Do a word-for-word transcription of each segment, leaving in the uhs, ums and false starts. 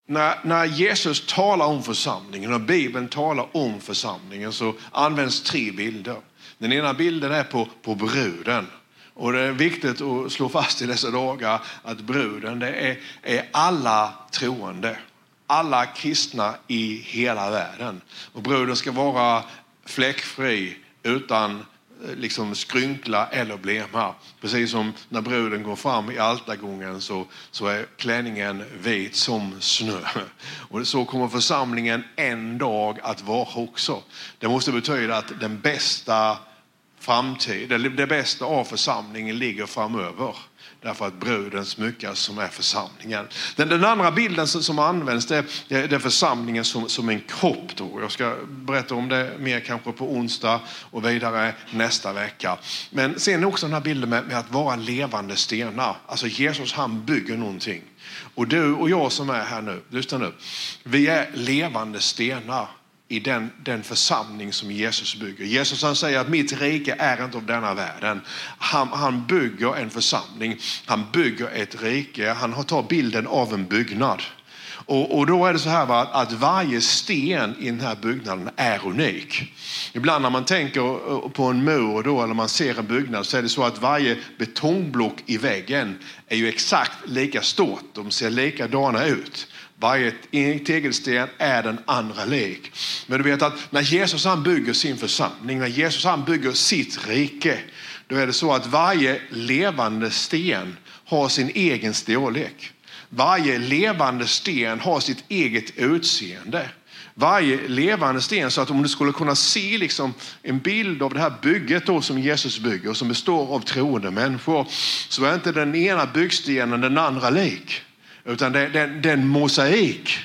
När, när Jesus talar om församlingen och Bibeln talar om församlingen så används tre bilder. Den ena bilden är på, på bruden. Och det är viktigt att slå fast i dessa dagar att bruden det är, är alla troende. Alla kristna i hela världen. Och bruden ska vara fläckfri utan liksom skrynkla eller blema. Precis som när bruden går fram i altargången så, så är klänningen vit som snö. Och så kommer församlingen en dag att vara också. Det måste betyda att den bästa framtid, det bästa av församlingen ligger framöver. Därför att bruden smyckas som är församlingen. Den, den andra bilden som, som används det, det är församlingen som, som en kropp. Då. Jag ska berätta om det mer kanske på onsdag och vidare nästa vecka. Men sen också den här bilden med, med att vara levande stenar. Alltså Jesus han bygger någonting. Och du och jag som är här nu, lyssna nu. Vi är levande stenar i den, den församling som Jesus bygger. Jesus han säger att mitt rike är inte av denna världen. Han, han bygger en församling. Han bygger ett rike. Han har tagit bilden av en byggnad. Och, och då är det så här va, att varje sten i den här byggnaden är unik. Ibland när man tänker på en mur då, eller man ser en byggnad så är det så att varje betongblock i väggen är ju exakt lika stort. De ser likadana ut. Varje tegelsten är den andra lik. Men du vet att när Jesus han bygger sin församling, när Jesus han bygger sitt rike, då är det så att varje levande sten har sin egen storlek. Varje levande sten har sitt eget utseende. Varje levande sten, så att om du skulle kunna se liksom en bild av det här bygget då som Jesus bygger, som består av troende människor, så är inte den ena byggstenen den andra lik. Utan det, det, det är en mosaik.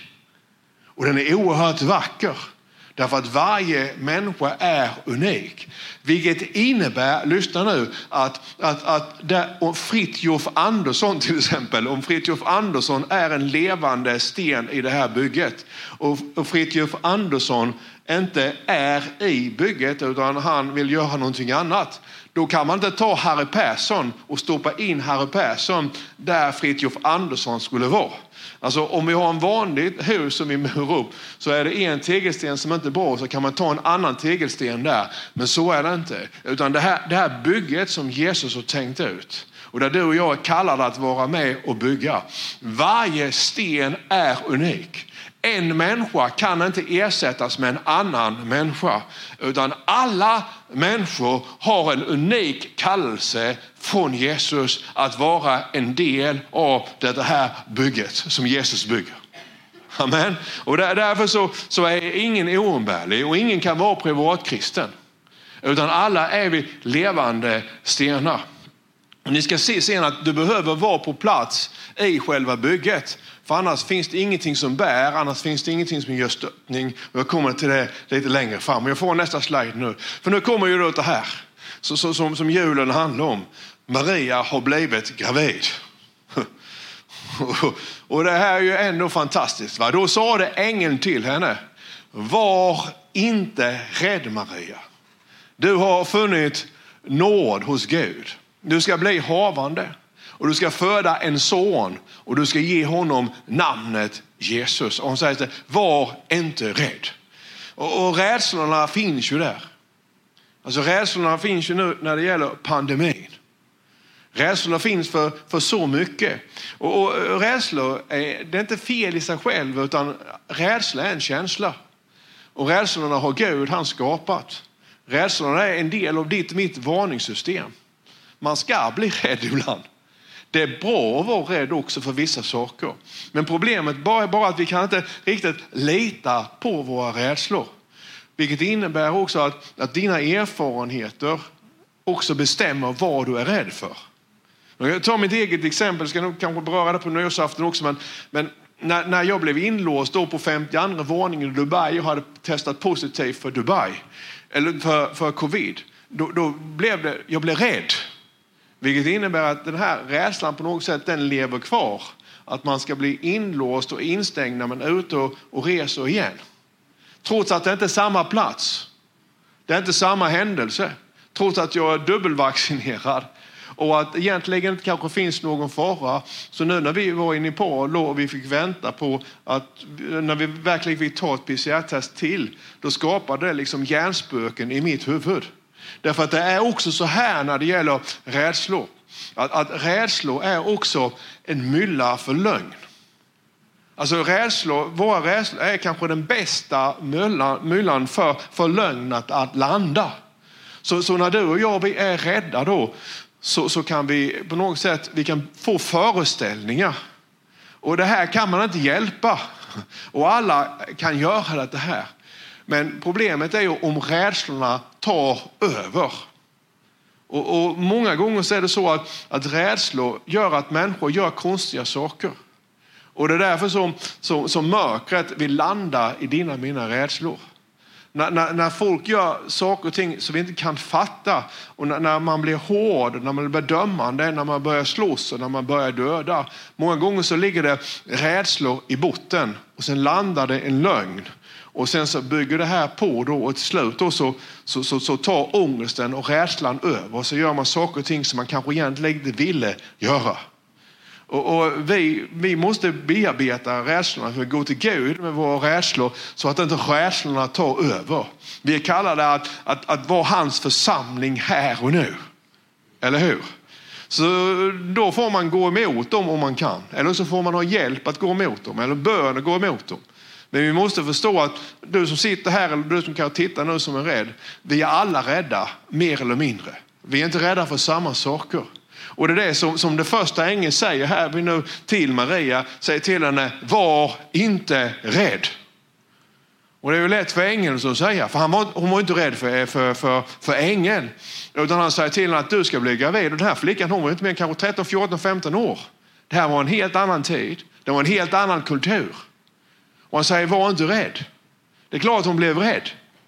Och den är oerhört vacker. Därför att varje människa är unik. Vilket innebär, lyssna nu, att, att, att där, om Fritjof Andersson till exempel, om Fritjof Andersson är en levande sten i det här bygget. Och, och Fritjof Andersson inte är i bygget utan han vill göra någonting annat. Då kan man inte ta Harry Persson och stoppa in Harry Persson där Fritjof Andersson skulle vara. Alltså om vi har en vanligt hus som vi mur upp så är det en tegelsten som inte är bra, så kan man ta en annan tegelsten där. Men så är det inte. Utan det här, det här bygget som Jesus har tänkt ut och där du och jag är kallade att vara med och bygga. Varje sten är unik. En människa kan inte ersättas med en annan människa, utan alla människor har en unik kallelse från Jesus att vara en del av det här bygget som Jesus bygger. Amen. Och därför så, så är ingen oumbärlig och ingen kan vara privatkristen, utan alla är vi levande stenar. Och ni ska se sen att du behöver vara på plats i själva bygget. För annars finns det ingenting som bär, annars finns det ingenting som gör stöttning. Jag kommer till det lite längre fram. Jag får nästa slide nu. För nu kommer ju det här så, så, som, som julen handlar om. Maria har blivit gravid. och, och det här är ju ändå fantastiskt. Va? Då sa det ängeln till henne: var inte rädd Maria. Du har funnit nåd hos Gud. Du ska bli havande. Och du ska föda en son och du ska ge honom namnet Jesus. Och hon säger så här: var inte rädd. Och, och rädslorna finns ju där. Alltså rädslorna finns ju nu när det gäller pandemin. Rädslorna finns för, för så mycket. Och, och rädslor är, det är inte fel i sig själv, utan rädsla är en känsla. Och rädslorna har Gud han skapat. Rädslorna är en del av ditt och mitt varningssystem. Man ska bli rädd ibland. Det är bra att vara rädd också för vissa saker. Men problemet bara är bara att vi kan inte riktigt lita på våra rädslor. Vilket innebär också att, att dina erfarenheter också bestämmer vad du är rädd för. Jag tar mitt eget exempel, ska nog kanske beröra det på nyårsafton också. Men, men när, när jag blev inlåst då på femtioandra våningen i Dubai och hade testat positivt för Dubai, eller för, för covid, då, då blev det, jag blev rädd. Vilket innebär att den här rädslan på något sätt den lever kvar. Att man ska bli inlåst och instängd när man är ute och, och reser igen. Trots att det inte är samma plats. Det är inte samma händelse. Trots att jag är dubbelvaccinerad. Och att egentligen inte kanske finns någon fara. Så nu när vi var inne på och vi fick vänta på att när vi verkligen fick ta ett P C R-test till, då skapade det liksom hjärnspöken i mitt huvud. Därför att det är också så här när det gäller rädslor. Att, att rädslor är också en mylla för lögn. Alltså rädslor, våra rädslor är kanske den bästa myllan, myllan för, för lögn att, att landa. Så, så när du och jag vi är rädda då, så, så kan vi på något sätt vi kan få föreställningar. Och det här kan man inte hjälpa. Och alla kan göra det här. Men problemet är ju om rädslorna tar över. Och, och många gånger så är det så att, att rädslor gör att människor gör konstiga saker. Och det är därför som, som, som mörkret vill landa i dina och mina rädslor. När, när, när folk gör saker och ting som vi inte kan fatta. Och när, när man blir hård, när man blir dömande, när man börjar slåss och när man börjar döda. Många gånger så ligger det rädslor i botten. Och sen landar det en lögn. Och sen så bygger det här på då och till slut då så, så, så, så tar ångesten och rädslan över. Och så gör man saker och ting som man kanske egentligen inte ville göra. Och, och vi, vi måste bearbeta rädslorna för att gå till Gud med våra rädslor så att inte rädslorna tar över. Vi kallar det att, att, att vara hans församling här och nu. Eller hur? Så då får man gå emot dem om man kan. Eller så får man ha hjälp att gå emot dem. Eller bön att gå emot dem. Men vi måste förstå att du som sitter här eller du som kan titta nu som är rädd. Vi är alla rädda, mer eller mindre. Vi är inte rädda för samma saker. Och det är det som, som det första ängeln säger här vi nu till Maria. Säger till henne, var inte rädd. Och det är ju lätt för ängeln att säga. För han var, hon var inte rädd för, för, för, för ängeln. Utan han säger till henne att du ska bli gravid. Och den här flickan hon var inte mer kanske tretton, fjorton, femton år. Det här var en helt annan tid. Det var en helt annan kultur. Och han säger, var inte rädd. Det är klart att hon blev rädd.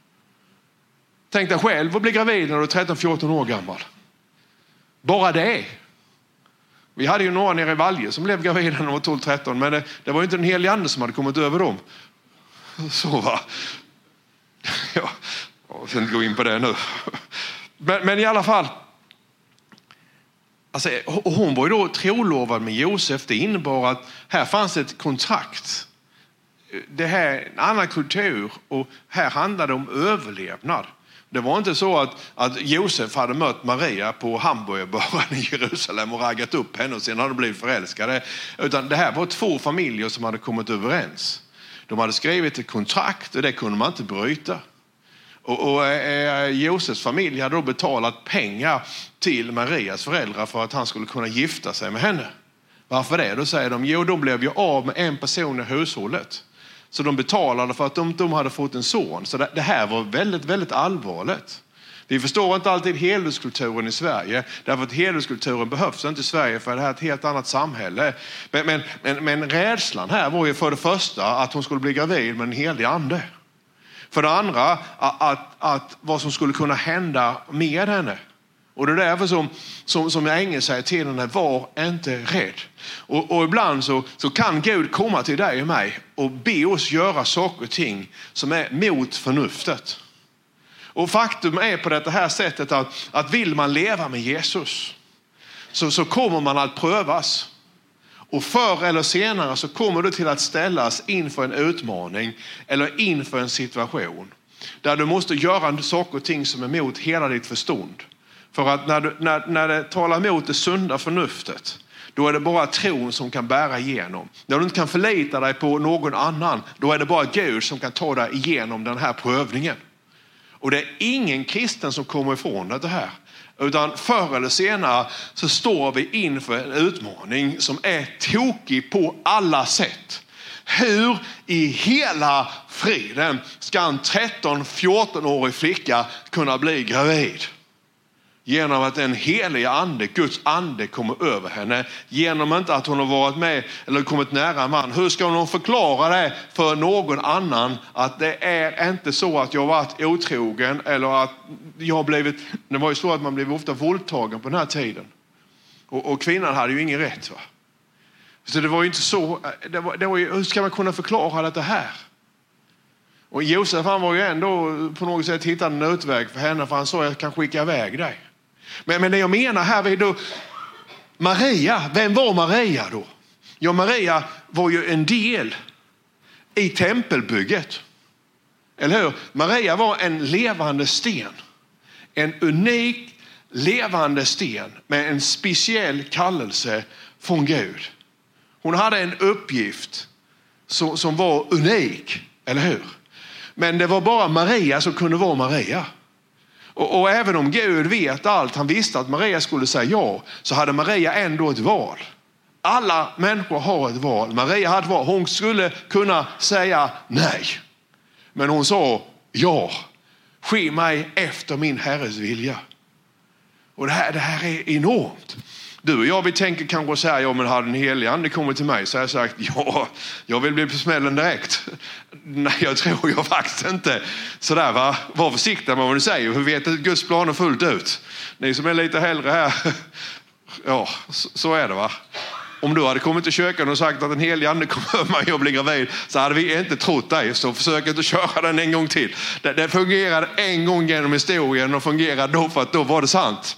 Tänk dig själv att bli gravid när du är tretton, fjorton år gammal. Bara det. Vi hade ju några nere i Valje som blev gravida när de var tolv, tretton. Men det, det var ju inte den helige ande som hade kommit över dem. Så va. Ja, jag ska inte gå in på det nu. Men, men i alla fall. Alltså, hon var ju då trolovad med Josef. Det innebar att här fanns ett kontrakt. Det här är en annan kultur och här handlade det om överlevnad. Det var inte så att, att Josef hade mött Maria på hamburgerbaren i Jerusalem och raggat upp henne och sen hade de blivit förälskade. Utan det här var två familjer som hade kommit överens. De hade skrivit ett kontrakt och det kunde man inte bryta. Och, och eh, Josefs familj hade då betalat pengar till Marias föräldrar för att han skulle kunna gifta sig med henne. Varför det? Då säger de, jo de blev ju av med en person i hushållet. Så de betalade för att de, de hade fått en son. Så det, det här var väldigt, väldigt allvarligt. Vi förstår inte alltid hederskulturen i Sverige. Därför att hederskulturen behövs inte i Sverige för det här är ett helt annat samhälle. Men, men, men, men rädslan här var ju för det första att hon skulle bli gravid med en helig ande. För det andra att, att, att vad som skulle kunna hända med henne. Och det är därför som, som, som ängeln säger till henne, var inte rädd. Och, och ibland så, så kan Gud komma till dig och mig och be oss göra saker och ting som är mot förnuftet. Och faktum är på det här sättet att, att vill man leva med Jesus så, så kommer man att prövas. Och förr eller senare så kommer du till att ställas inför en utmaning eller inför en situation där du måste göra saker och ting som är mot hela ditt förstånd. För att när, du, när, när det talar mot det sunda förnuftet, då är det bara tron som kan bära igenom. När du inte kan förlita dig på någon annan, då är det bara Gud som kan ta dig igenom den här prövningen. Och det är ingen kristen som kommer ifrån det här. Utan förr eller senare så står vi inför en utmaning som är tokig på alla sätt. Hur i hela friden ska en tretton fjorton-årig flicka kunna bli gravid? Genom att en helig ande, Guds ande, kommer över henne. Genom inte att hon har varit med eller kommit nära en man. Hur ska hon förklara det för någon annan att det är inte så att jag har varit otrogen eller att jag har blivit... Det var ju så att man blev ofta våldtagen på den här tiden. Och, och kvinnan hade ju ingen rätt, va? Så det var ju inte så... Det var, det var ju, hur ska man kunna förklara det här? Och Josef han var ju ändå på något sätt hittade en utväg för henne, för han sa jag kan skicka iväg dig. Men, men det jag menar här är då Maria. Vem var Maria då? Ja, Maria var ju en del i tempelbygget. Eller hur? Maria var en levande sten. En unik levande sten med en speciell kallelse från Gud. Hon hade en uppgift som, som var unik, eller hur? Men det var bara Maria som kunde vara Maria. Och, och även om Gud vet allt, han visste att Maria skulle säga ja, så hade Maria ändå ett val. Alla människor har ett val. Maria hade ett val. Hon skulle kunna säga nej. Men hon sa ja. Ske mig efter min Herres vilja. Och det här, det här är enormt. Du och jag, vi tänker kanske så här, ja men hade den helige ande kommit till mig så har jag sagt, ja, jag vill bli på smällen direkt. Nej, jag tror jag faktiskt inte. Sådär va, var försiktig med vad du säger. Vi vet att Guds planer fullt ut. Ni som är lite hellre här, ja, så, så är det va. Om du hade kommit till köken och sagt att en helig ande kommer över mig och blir gravid, så hade vi inte trott dig. Så försök inte köra den en gång till. Det, det fungerade en gång genom historien och fungerade då för att då var det sant.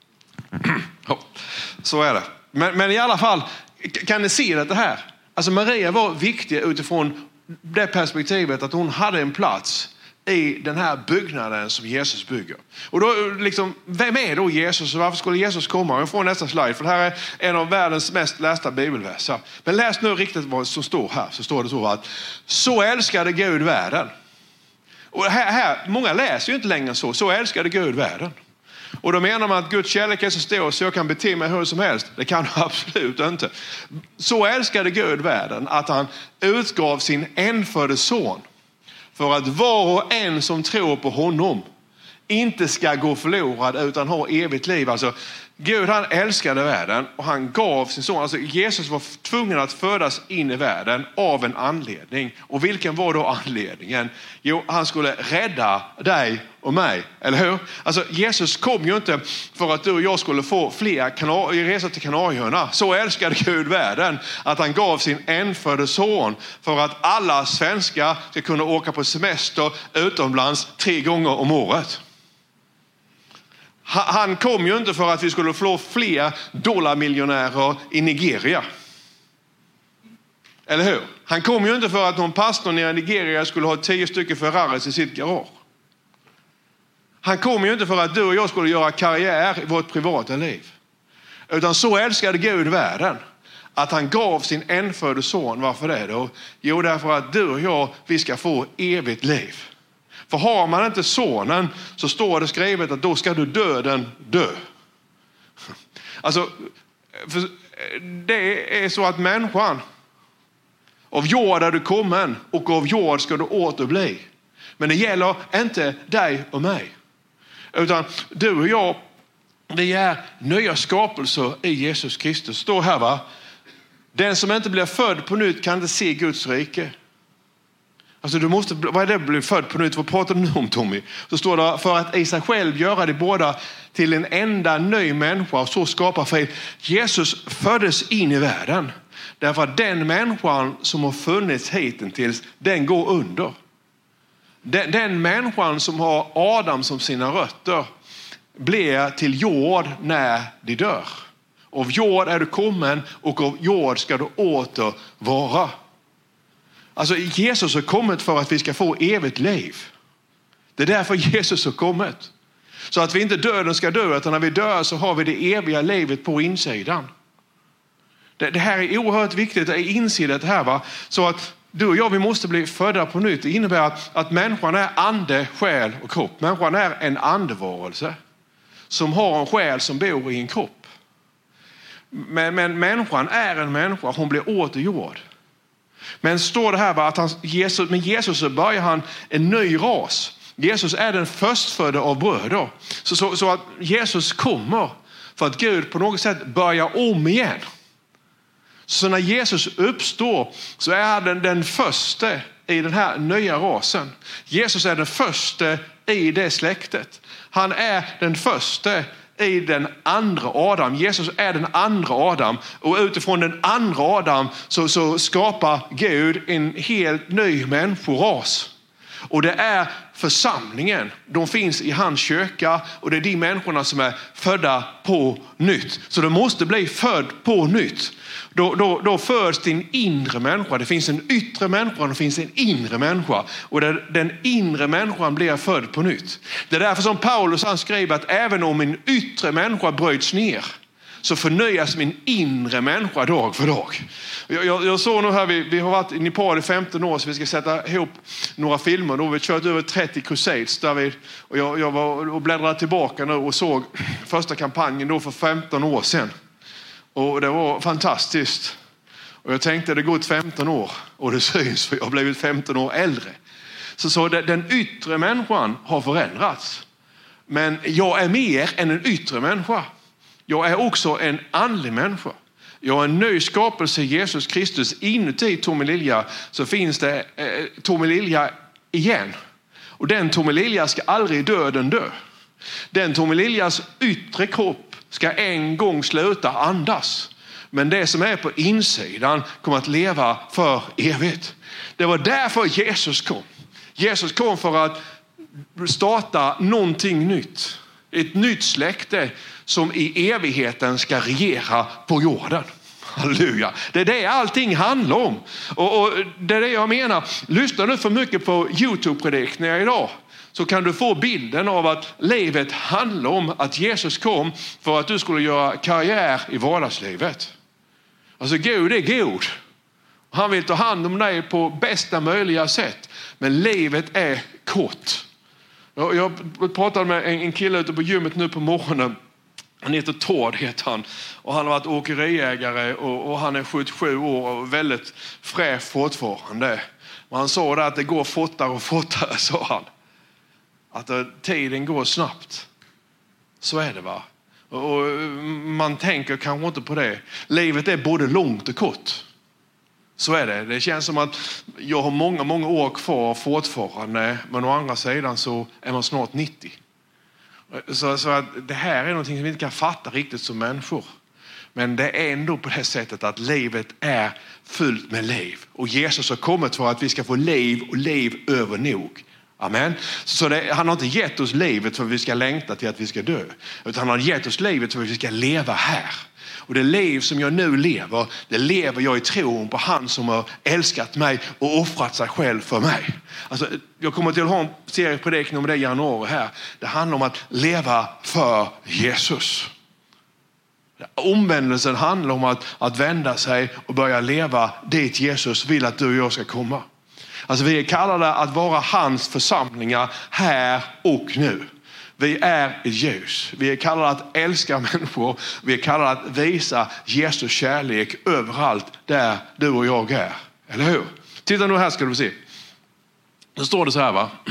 Så är det. Men, men i alla fall, kan ni se det här? Alltså Maria var viktig utifrån det perspektivet att hon hade en plats i den här byggnaden som Jesus bygger. Och då liksom, vem är då Jesus och varför skulle Jesus komma? Jag får nästa slide, för det här är en av världens mest lästa bibelverser. Men läs nu riktigt vad som står här. Så står det så att så älskade Gud världen. Och här, här många läser ju inte längre så. Så älskade Gud världen. Och då menar man att Guds kärlek är så stor så jag kan bete mig hur som helst. Det kan du absolut inte. Så älskade Gud världen att han utgav sin enfödde son. För att var och en som tror på honom inte ska gå förlorad utan ha evigt liv. Alltså Gud, han älskade världen och han gav sin son. Alltså Jesus var tvungen att födas in i världen av en anledning. Och vilken var då anledningen? Jo, han skulle rädda dig och mig, eller hur? Alltså Jesus kom ju inte för att du och jag skulle få fler kanar- resor till Kanarieöarna. Så älskade Gud världen att han gav sin enfödde son för att alla svenskar ska kunna åka på semester utomlands tre gånger om året. Han kom ju inte för att vi skulle få fler dollarmiljonärer i Nigeria. Eller hur? Han kom ju inte för att någon pastor nere i Nigeria skulle ha tio stycken Ferraris i sitt garage. Han kom ju inte för att du och jag skulle göra karriär i vårt privata liv. Utan så älskade Gud världen att han gav sin enfödde son. Varför det då? Jo, därför att du och jag, vi ska få evigt liv. För har man inte sonen så står det skrivet att då ska du döden dö. Alltså, det är så att människan, av jord är du kommen och av jord ska du åter bli. Men det gäller inte dig och mig. Utan du och jag, vi är nya skapelser i Jesus Kristus. Står här va? Den som inte blir född på nytt kan inte se Guds rike. Alltså du måste, vad är det att bli född på nytt? Vad pratar du nu om, Tommy? Så står det för att i sig själv göra det båda till en enda ny människa och så skapa frid. Jesus föddes in i världen. Därför att den människan som har funnits hittills, den går under. Den, den människan som har Adam som sina rötter blir till jord när de dör. Av jord är du kommen och av jord ska du åter vara. Alltså Jesus har kommit för att vi ska få evigt liv. Det är därför Jesus har kommit. Så att vi inte döden ska dö, utan när vi dör så har vi det eviga livet på insidan. Det, det här är oerhört viktigt att inse det här va. Så att du och jag, vi måste bli födda på nytt. Det innebär att, att människan är ande, själ och kropp. Människan är en andevarelse som har en själ som bor i en kropp. Men, men människan är en människa, hon blir återgjord. Men står det här va, att han, Jesus, med Jesus så börjar han en ny ras. Jesus är den förstfödde av bröder. Så, så, så att Jesus kommer för att Gud på något sätt börjar om igen. Så när Jesus uppstår så är han den, den första i den här nya rasen. Jesus är den första i det släktet. Han är den första i den andra Adam. Jesus är den andra Adam. Och utifrån den andra Adam så, så skapar Gud en helt ny människoras. Och det är församlingen. De finns i hans kyrka och det är de människorna som är födda på nytt. Så du måste bli född på nytt. Då, då, då föds din inre människa. Det finns en yttre människa och det finns en inre människa. Och det, den inre människan blir född på nytt. Det är därför som Paulus han skrev att även om min yttre människa bryts ner så förnyas min inre människa dag för dag. Jag, jag, jag såg nu här, vi, vi har varit i Nepal i femton år så vi ska sätta ihop några filmer. Då har vi kört över trettio crusades där vi, och jag, jag var och bläddrade tillbaka nu och såg första kampanjen då för femton år sedan. Och det var fantastiskt. Och jag tänkte det går gått femton år och det syns för jag har blivit femton år äldre. Så, så det, den yttre människan har förändrats. Men jag är mer än en yttre människa. Jag är också en andlig människa. Jag är en ny skapelse i Jesus Kristus. Inuti Tomelilja så finns det eh, Tomelilja igen. Och den Tomelilja ska aldrig döden dö. Den Tomeliljas yttre kropp ska en gång sluta andas. Men det som är på insidan kommer att leva för evigt. Det var därför Jesus kom. Jesus kom för att starta någonting nytt. Ett nytt släkte som i evigheten ska regera på jorden. Halleluja. Det är det allting handlar om. Och, och det är det jag menar. Lyssnar du för mycket på YouTube-predikningar idag så kan du få bilden av att livet handlar om att Jesus kom för att du skulle göra karriär i vardagslivet. Alltså Gud är god. Han vill ta hand om dig på bästa möjliga sätt. Men livet är kort. Jag, jag pratade med en, en kille ute på gymmet nu på morgonen. Han heter Tord heter han. Och han har varit åkeriägare och, och han är sjuttiosju år och väldigt fräsch fortfarande. Och han sa det att det går fortare och fortare, sa han. Att tiden går snabbt. Så är det va. Och man tänker kanske inte på det. Livet är både långt och kort. Så är det. Det känns som att jag har många, många år kvar fortfarande. Men å andra sidan så är man snart nittio. Så, så att det här är någonting som vi inte kan fatta riktigt som människor. Men det är ändå på det sättet att livet är fullt med liv. Och Jesus har kommit för att vi ska få liv och liv över nog. Amen. Så det, han har inte gett oss livet för att vi ska längta till att vi ska dö. Utan han har gett oss livet för att vi ska leva här. Och det liv som jag nu lever, det lever jag i tron på han som har älskat mig och offrat sig själv för mig. Alltså, jag kommer till att ha en serie predikning om det i januari här. Det handlar om att leva för Jesus. Omvändelsen handlar om att, att vända sig och börja leva dit Jesus vill att du och jag ska komma. Alltså vi är kallade att vara hans församlingar här och nu. Vi är ett ljus. Vi är kallade att älska människor. Vi är kallade att visa Jesus kärlek överallt där du och jag är. Eller hur? Titta nu här ska du se. Då står det så här va.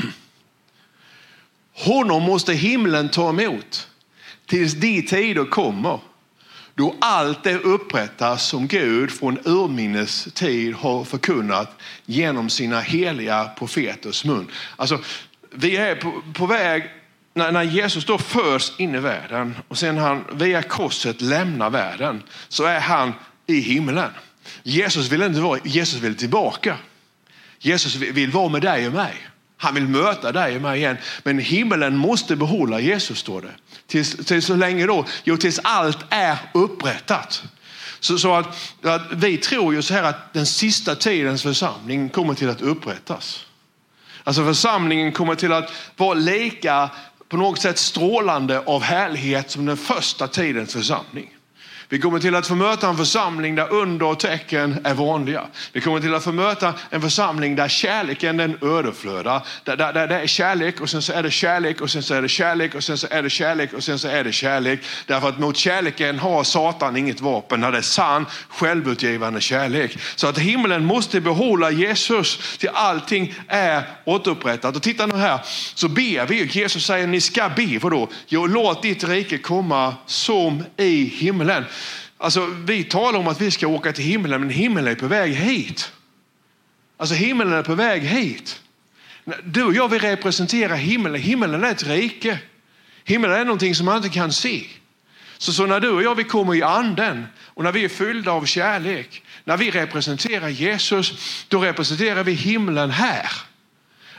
Honom måste himlen ta emot tills de tider kommer då allt det upprättas som Gud från urminnes tid har förkunnat genom sina heliga profeters mun. Alltså vi är på, på väg när, när Jesus då förs in i världen och sen han via korset lämnar världen så är han i himlen. Jesus vill inte vara, Jesus vill tillbaka. Jesus vill vara med dig och mig. Han vill möta dig och mig igen. Men himlen måste behålla Jesus, står det. Tills, tills så länge då? Jo, tills allt är upprättat. Så, så att, att vi tror ju så här att den sista tidens församling kommer till att upprättas. Alltså församlingen kommer till att vara lika på något sätt strålande av härlighet som den första tidens församling. Vi kommer till att få möta en församling där under och tecken är vanliga. Vi kommer till att få möta en församling där kärleken den överflödar. Där, där, där det är kärlek och sen så är det kärlek och sen så är det kärlek och sen så är det kärlek och sen så är det kärlek. Därför att mot kärleken har Satan inget vapen när det är sann självutgivande kärlek. Så att himlen måste behålla Jesus till allting är återupprättat. Och titta nu här så ber vi. Jesus säger ni ska be för då. Jo, låt ditt rike komma som i himlen. Alltså vi talar om att vi ska åka till himlen, men himlen är på väg hit. Alltså himlen är på väg hit. Du och jag vill representera himlen. Himlen är ett rike. Himlen är någonting som man inte kan se. Så, så när du och jag vi kommer i anden och när vi är fyllda av kärlek, när vi representerar Jesus, då representerar vi himlen här.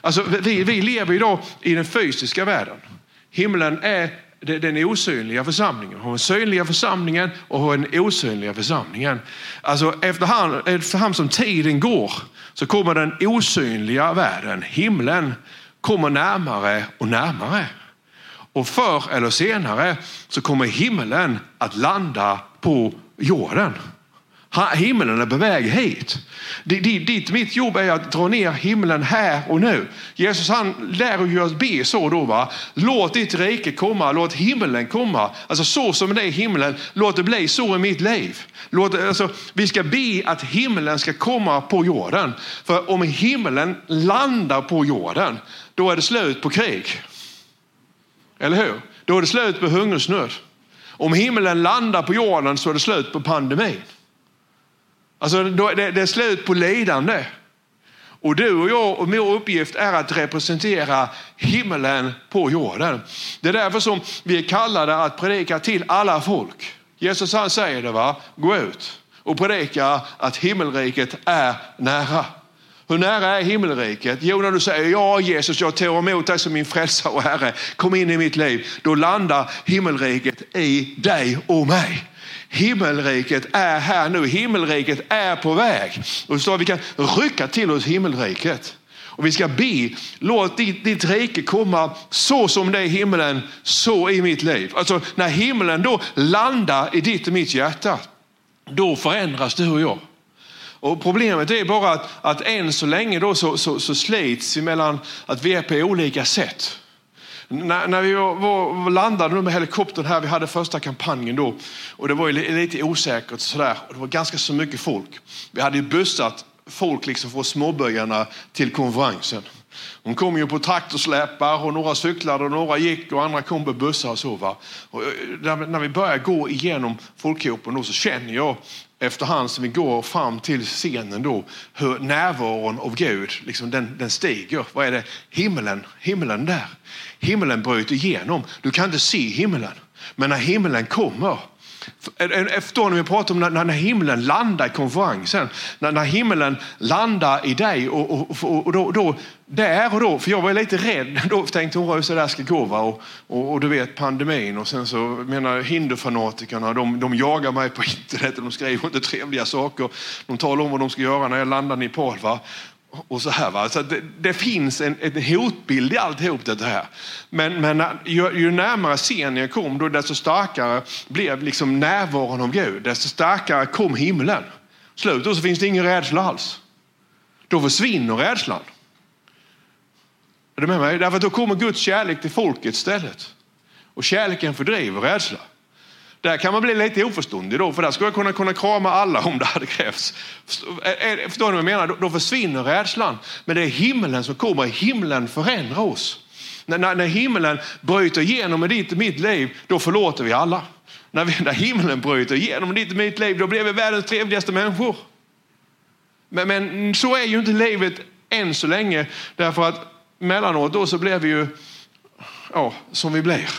Alltså vi, vi lever idag i den fysiska världen. Himlen är den osynliga församlingen. Har den synliga församlingen och har den osynliga församlingen. Alltså efterhand, efterhand som tiden går så kommer den osynliga världen, himlen, kommer närmare och närmare. Och förr eller senare så kommer himlen att landa på jorden. Himlen är på väg hit. Ditt mitt jobb är att dra ner himlen här och nu. Jesus han lär oss be så då va. Låt ditt rike komma, låt himlen komma. Alltså så som det är i himlen, låt det bli så i mitt liv. Låt, alltså, vi ska be att himlen ska komma på jorden. För om himlen landar på jorden, då är det slut på krig. Eller hur? Då är det slut på hungersnöd. Om himlen landar på jorden så är det slut på pandemin. Alltså det, det är slut på lidande. Och du och jag och min uppgift är att representera himlen på jorden. Det är därför som vi är kallade att predika till alla folk. Jesus han säger det va, gå ut och predika att himmelriket är nära. Hur nära är himmelriket? Jo, när du säger ja Jesus, jag tar emot dig som min frälsare och herre. Kom in i mitt liv. Då landar himmelriket i dig och mig. Himmelriket är här nu. Himmelriket är på väg. Och så vi kan rycka till oss himmelriket. Och vi ska be, låt ditt, ditt rike komma så som det är i himlen, så i mitt liv. Alltså när himlen då landar i ditt och mitt hjärta, då förändras du och jag. Och problemet är bara att, att än så länge då så, så, så slits vi mellan att vi är på olika sätt. När, när vi var, var, landade med helikoptern här, vi hade första kampanjen då. Och det var ju lite osäkert sådär. Och det var ganska så mycket folk. Vi hade ju bussat folk liksom från småbyarna till konferensen. De kom ju på traktorsläpar och några cyklade och några gick och andra kom på bussar och så va. Och när vi börjar gå igenom folkhopen då så känner jag efterhand som vi går fram till scenen då hur närvaron av Gud liksom den, den stiger. Vad är det? Himmelen, himmelen där. Himmelen bryter igenom. Du kan inte se himmelen. Men när himmelen kommer, efter när vi pratar om när, när himlen landar i konferensen, när, när himlen landar i dig och, och, och då, då där och då, för jag var lite rädd då tänkte hon hur så där ska gå va? Och, och, och du vet pandemin och sen så menar hinderfanatikerna de, de jagar mig på internet och de skriver inte trevliga saker, de talar om vad de ska göra när jag landar i Nepal va? Och så här va, så det, det finns en, en hotbild i alltihop det här. Men, men ju, ju närmare scenen jag kom då desto starkare blev liksom närvaron av Gud, desto starkare kom himlen. Slut då så finns det ingen rädsla alls. Då försvinner rädslan. Är du med mig? Därför att då kommer Guds kärlek till folket istället. Och kärleken fördriver rädsla. Där kan man bli lite oförståndig då, för där skulle jag kunna, kunna krama alla om det hade krävts. Förstår ni vad jag menar? Då, då försvinner rädslan. Men det är himlen som kommer. Himlen förändrar oss. När, när, när himlen bryter igenom i ditt och mitt liv, då förlåter vi alla. När, vi, när himlen bryter igenom i ditt och mitt liv, då blir vi världens trevligaste människor. Men, men så är ju inte livet än så länge. Därför att mellanåt då så blir vi ju ja, som vi blir.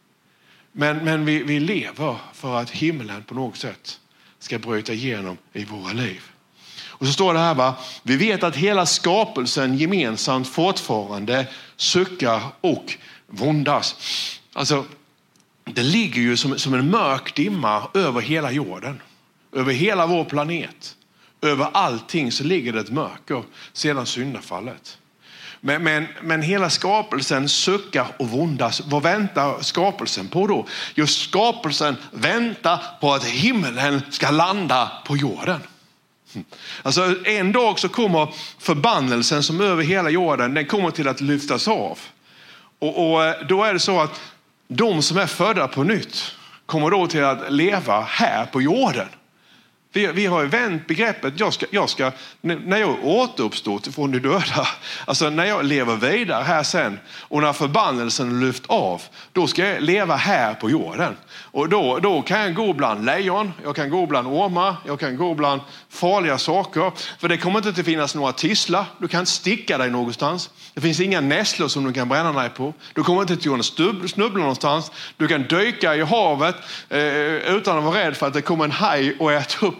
Men, men vi, vi lever för att himlen på något sätt ska bryta igenom i våra liv. Och så står det här va, vi vet att hela skapelsen gemensamt fortfarande suckar och våndas. Alltså det ligger ju som, som en mörk dimma över hela jorden. Över hela vår planet. Över allting så ligger det ett mörker sedan syndafallet. Men, men, men hela skapelsen suckar och våndas. Vad väntar skapelsen på då? Just skapelsen väntar på att himlen ska landa på jorden. Alltså en dag så kommer förbannelsen som över hela jorden, den kommer till att lyftas av. Och, och då är det så att de som är födda på nytt kommer då till att leva här på jorden. Vi, vi har ju vänt begreppet, jag ska, jag ska, när jag återuppstår från de döda, alltså när jag lever vidare här sen och när förbannelsen lyft av, då ska jag leva här på jorden. Och då, då kan jag gå bland lejon, jag kan gå bland ormar, jag kan gå bland farliga saker. För det kommer inte att finnas några tisslar, du kan inte sticka dig någonstans. Det finns inga nässlor som du kan bränna dig på. Du kommer inte att kunna snubbla någonstans. Du kan dyka i havet eh, utan att vara rädd för att det kommer en haj och äta upp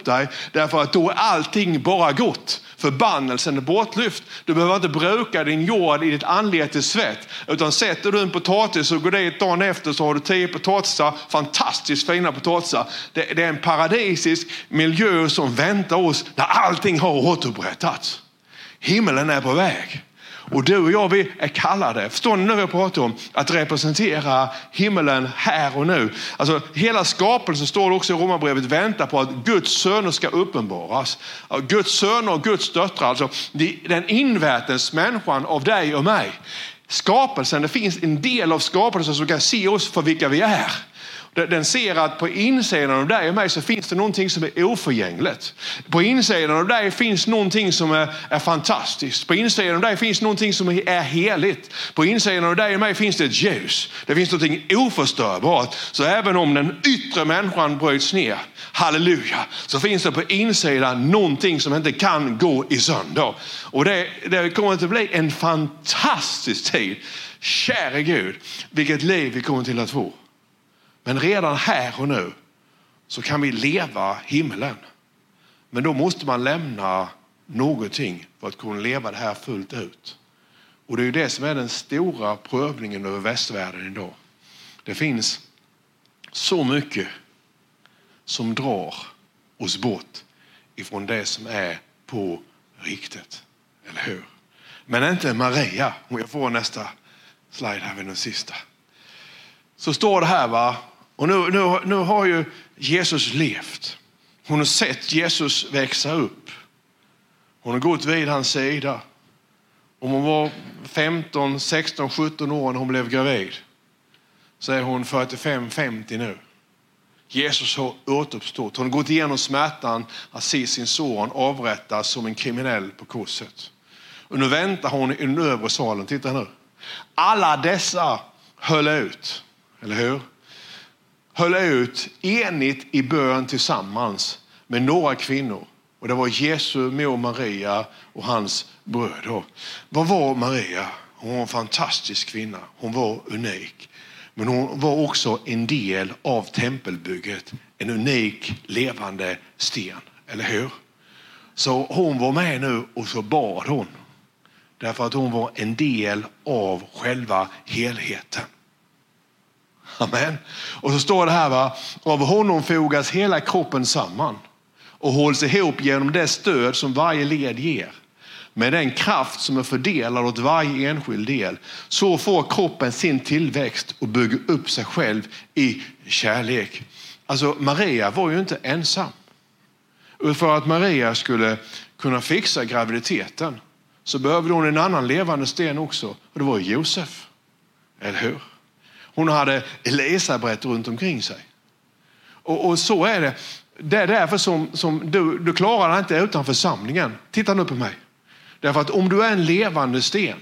upp dig, därför att då är allting bara gott. Förbannelsen är bortlyft. Du behöver inte bruka din jord i ditt anletes svett, utan sätter du en potatis och går dit dagen efter så har du tio potatisar, fantastiskt fina potatisar. Det, det är en paradisisk miljö som väntar oss när allting har återupprättats. Himmelen är på väg. Och du och jag, vi är kallade, förstår ni nu vad jag pratar om? Att representera himmelen här och nu. Alltså hela skapelsen, står det också i Romarbrevet, väntar på att Guds söner ska uppenbaras. Guds söner och Guds döttrar, alltså den invätens människan av dig och mig. Skapelsen, det finns en del av skapelsen som kan se oss för vilka vi är. Den ser att på insidan av dig och mig så finns det någonting som är oförgängligt. På insidan av dig finns någonting som är, är fantastiskt. På insidan av dig finns någonting som är heligt. På insidan av dig och mig finns det ett ljus. Det finns någonting oförstörbart. Så även om den yttre människan bryts ner, halleluja, så finns det på insidan någonting som inte kan gå i sönder. Och det, det kommer att bli en fantastisk tid. Käre Gud, vilket liv vi kommer till att få. Men redan här och nu så kan vi leva himlen. Men då måste man lämna någonting för att kunna leva det här fullt ut. Och det är ju det som är den stora prövningen över västvärlden idag. Det finns så mycket som drar oss bort ifrån det som är på riktigt. Eller hur? Men inte Maria. Om jag får nästa slide här vid den sista. Så står det här, va? Och nu, nu, nu har ju Jesus levt. Hon har sett Jesus växa upp. Hon har gått vid hans sida. Om hon var femton, sexton, sjutton år när hon blev gravid, så är hon fyrtiofem, femtio nu. Jesus har återuppstått. Hon har gått igenom smärtan att se sin son avrättas som en kriminell på korset. Och nu väntar hon i den övre salen. Titta nu. Alla dessa höll ut. Eller hur? Höll ut enigt i bön tillsammans med några kvinnor. Och det var Jesu mor Maria och hans bröder. Vad var Maria? Hon var en fantastisk kvinna. Hon var unik. Men hon var också en del av tempelbygget. En unik levande sten. Eller hur? Så hon var med nu och så bad hon. Därför att hon var en del av själva helheten. Amen. Och så står det här, va? Av honom fogas hela kroppen samman och hålls ihop genom det stöd som varje led ger. Med den kraft som är fördelad åt varje enskild del, så får kroppen sin tillväxt och bygger upp sig själv i kärlek. Alltså Maria var ju inte ensam. Och för att Maria skulle kunna fixa graviditeten så behövde hon en annan levande sten också. Och det var Josef. Eller hur? Hon hade Elisabet runt omkring sig. Och, och så är det. Det är därför som, som du, du klarar dig inte utan församlingen. Titta nu på mig. Därför att om du är en levande sten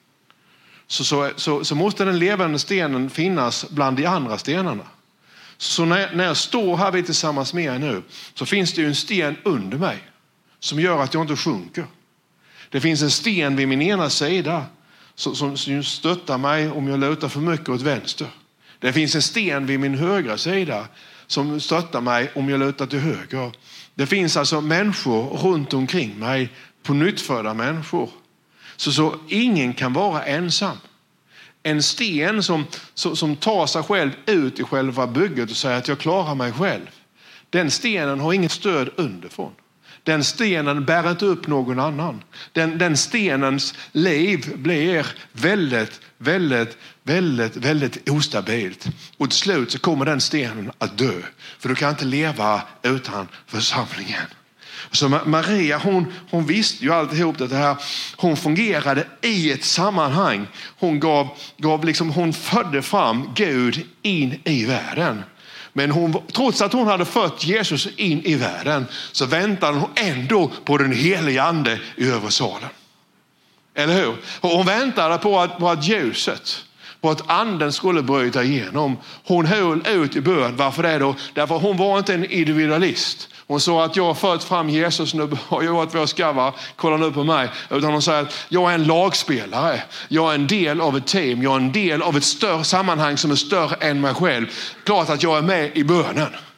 så, så, så, så måste den levande stenen finnas bland de andra stenarna. Så när, när jag står här vid tillsammans med er nu så finns det ju en sten under mig som gör att jag inte sjunker. Det finns en sten vid min ena sida som, som stöttar mig om jag lutar för mycket åt vänster. Det finns en sten vid min högra sida som stöttar mig om jag lutar till höger. Det finns alltså människor runt omkring mig, på nyttfödda människor. Så, så ingen kan vara ensam. En sten som, som, som tar sig själv ut i själva bygget och säger att jag klarar mig själv. Den stenen har inget stöd underifrån. Den stenen bär inte upp någon annan. Den, den stenens liv blir väldigt, väldigt, väldigt, väldigt ostabilt. Och till slut så kommer den stenen att dö. För du kan inte leva utan församlingen. Så Maria, hon, hon visste ju alltihop det här. Hon fungerade i ett sammanhang. Hon gav, gav liksom, hon födde fram Gud in i världen. Men hon, trots att hon hade fött Jesus in i världen så väntade hon ändå på den helige ande i översalen. Eller hur? Och hon väntade på att, på att ljuset, på att anden skulle bryta igenom. Hon höll ut i bön. Varför det då? Därför hon var inte en individualist. Hon sa att jag har fört fram Jesus, nu har jag varit vad jag ska vara, kolla nu på mig. Utan hon säger att jag är en lagspelare. Jag är en del av ett team. Jag är en del av ett större sammanhang som är större än mig själv. Klart att jag är med i bönen.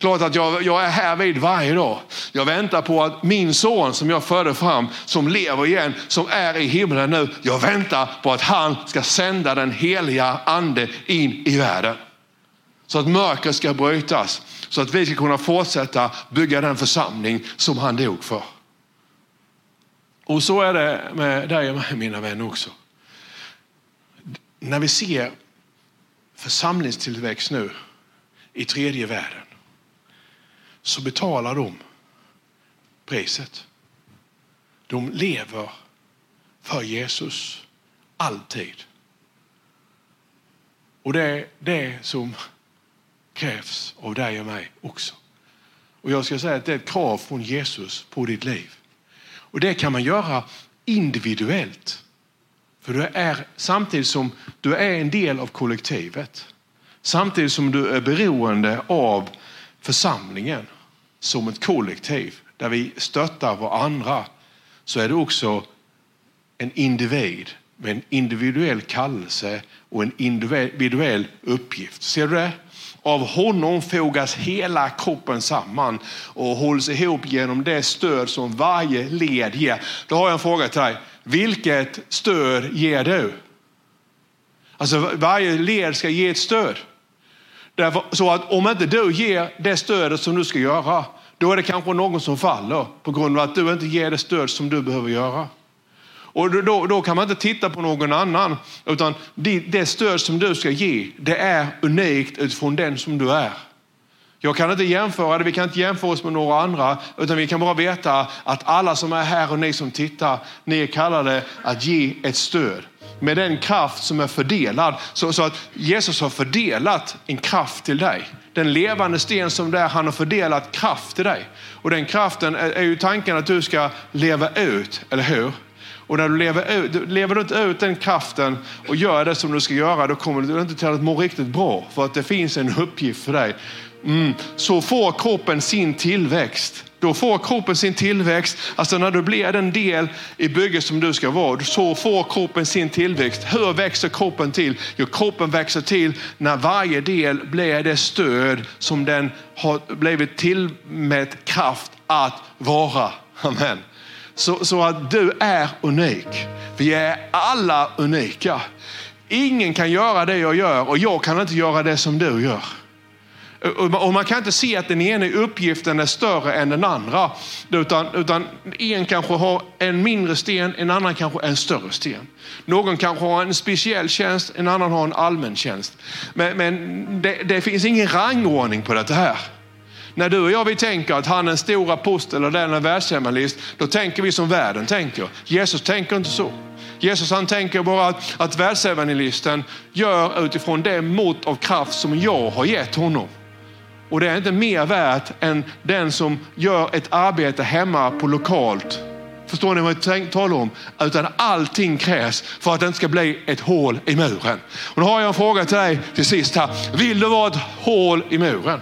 Klart att jag, jag är här vid varje dag. Jag väntar på att min son som jag förde fram, som lever igen, som är i himlen nu. Jag väntar på att han ska sända den heliga ande in i världen. Så att mörkret ska brytas. Så att vi ska kunna fortsätta bygga den församling som han dog för. Och så är det med dig och mig, mina vänner, också. När vi ser församlingstillväxt nu i tredje världen, så betalar de priset. De lever för Jesus alltid. Och det är det som krävs av dig och mig också. Och jag ska säga att det är ett krav från Jesus på ditt liv. Och det kan man göra individuellt. För du är, samtidigt som du är en del av kollektivet, samtidigt som du är beroende av församlingen som ett kollektiv där vi stöttar varandra, så är det också en individ med en individuell kallelse och en individuell uppgift. Ser du det? Av honom fogas hela kroppen samman och hålls ihop genom det stöd som varje led ger. Då har jag en fråga till dig. Vilket stöd ger du? Alltså varje led ska ge ett stöd. Därför, så att om inte du ger det stödet som du ska göra, då är det kanske någon som faller på grund av att du inte ger det stöd som du behöver göra. Och då, då kan man inte titta på någon annan, utan det, det stöd som du ska ge, det är unikt utifrån den som du är. Jag kan inte jämföra det, vi kan inte jämföra oss med några andra, utan vi kan bara veta att alla som är här och ni som tittar, ni är kallade att ge ett stöd med den kraft som är fördelad. Så, så att Jesus har fördelat en kraft till dig. Den levande sten som där, han har fördelat kraft till dig. Och den kraften är, är ju tanken att du ska leva ut, eller hur? Och när du lever ut, lever du inte ut den kraften och gör det som du ska göra, då kommer du inte till att må riktigt bra. För att det finns en uppgift för dig. Mm. Så får kroppen sin tillväxt. Då får kroppen sin tillväxt. Alltså när du blir den del i bygget som du ska vara, så får kroppen sin tillväxt. Hur växer kroppen till? Jo, kroppen växer till när varje del blir det stöd som den har blivit till med kraft att vara. Amen. Så, så att du är unik. Vi är alla unika. Ingen kan göra det jag gör och jag kan inte göra det som du gör. Och man kan inte se att den ena uppgiften är större än den andra. Utan, utan en kanske har en mindre sten, en annan kanske en större sten. Någon kanske har en speciell tjänst, en annan har en allmän tjänst. Men, men det, det finns ingen rangordning på det här. När du och jag vi tänker att han är en stor apostel och den är en världsevangelist, då tänker vi som världen tänker. Jesus tänker inte så. Jesus han tänker bara att, att världsevangelisten gör utifrån det mått av kraft som jag har gett honom. Och det är inte mer värt än den som gör ett arbete hemma på lokalt. Förstår ni vad jag talar om? Utan allting krävs för att det inte ska bli ett hål i muren. Och då har jag en fråga till dig till sist här. Vill du vara ett hål i muren?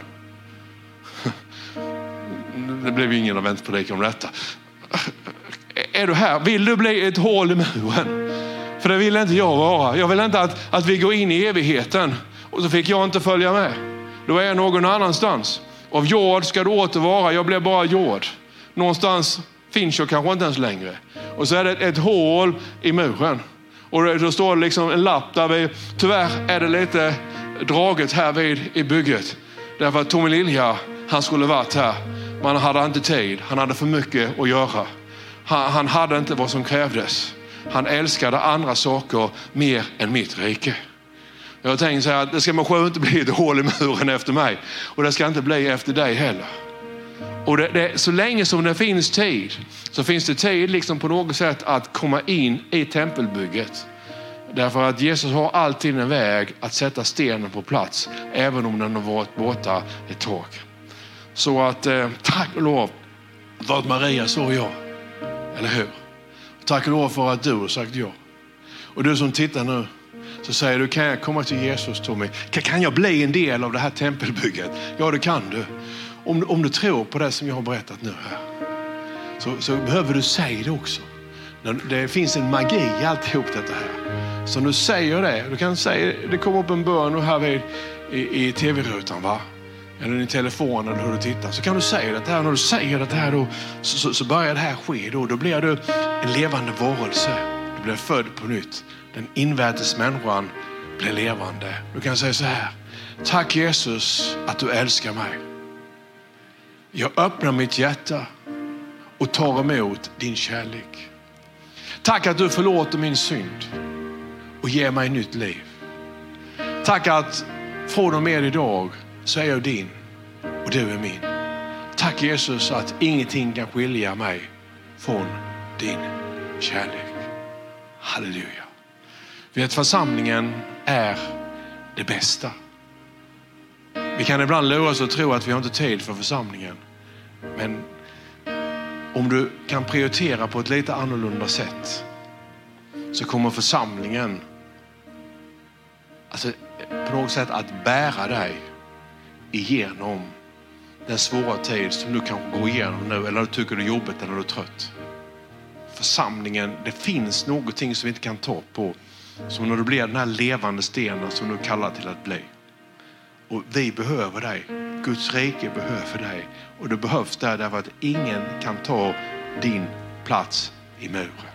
Det blev ingen adventspredikan om detta. Är du här? Vill du bli ett hål i muren? För det vill inte jag vara. Jag vill inte att, att vi går in i evigheten och så fick jag inte följa med. Då är jag någon annanstans. Av jord ska du åter vara. Jag blev bara jord. Någonstans finns jag kanske inte ens längre. Och så är det ett, ett hål i muren. Och då står det liksom en lapp där vi, tyvärr är det lite draget här vid i bygget. Därför att Tommy Lilja, han skulle varit här. Man hade inte tid. Han hade för mycket att göra. Han, han hade inte vad som krävdes. Han älskade andra saker mer än mitt rike. Jag tänker så här att det ska man själv inte bli ett hål i muren efter mig. Och det ska inte bli efter dig heller. Och det, det, så länge som det finns tid, så finns det tid liksom på något sätt att komma in i tempelbygget. Därför att Jesus har alltid en väg att sätta stenen på plats, även om den har varit borta ett tag. Så att eh, tack och lov för att Maria sa ja. Eller hur? Tack och lov för att du har sagt ja. Och du som tittar nu, så säger du, kan jag komma till Jesus, Tommy? Kan jag bli en del av det här tempelbygget? Ja, det kan du. Om, om du tror på det som jag har berättat nu här. Så, så behöver du säga det också. Det finns en magi i alltihop detta här. Så när du säger det, du kan säga, det kommer upp en bön och här vid, i, i tv-rutan, va? eller din telefon eller hur du tittar, så kan du säga det här. När du säger det här då, så, så, så börjar det här ske. Då, då blir du en levande varelse. Du blir född på nytt. Den invärtes människan blir levande. Du kan säga så här: tack Jesus att du älskar mig. Jag öppnar mitt hjärta och tar emot din kärlek. Tack att du förlåter min synd och ger mig nytt liv. Tack att från och med idag så är jag din och du är min. Tack Jesus att ingenting kan skilja mig från din kärlek. Halleluja. Vet att församlingen är det bästa. Vi kan ibland lura oss och tro att vi har inte tid för församlingen. Men om du kan prioritera på ett lite annorlunda sätt, så kommer församlingen alltså, på något sätt att bära dig igenom den svåra tid som du kanske går igenom nu, eller du tycker det är jobbigt eller du är trött. Församlingen, det finns någonting som vi inte kan ta på, som när du blir den här levande stenen som du kallar till att bli. Och vi behöver dig. Guds rike behöver dig. Och det behövs där därför att ingen kan ta din plats i muren.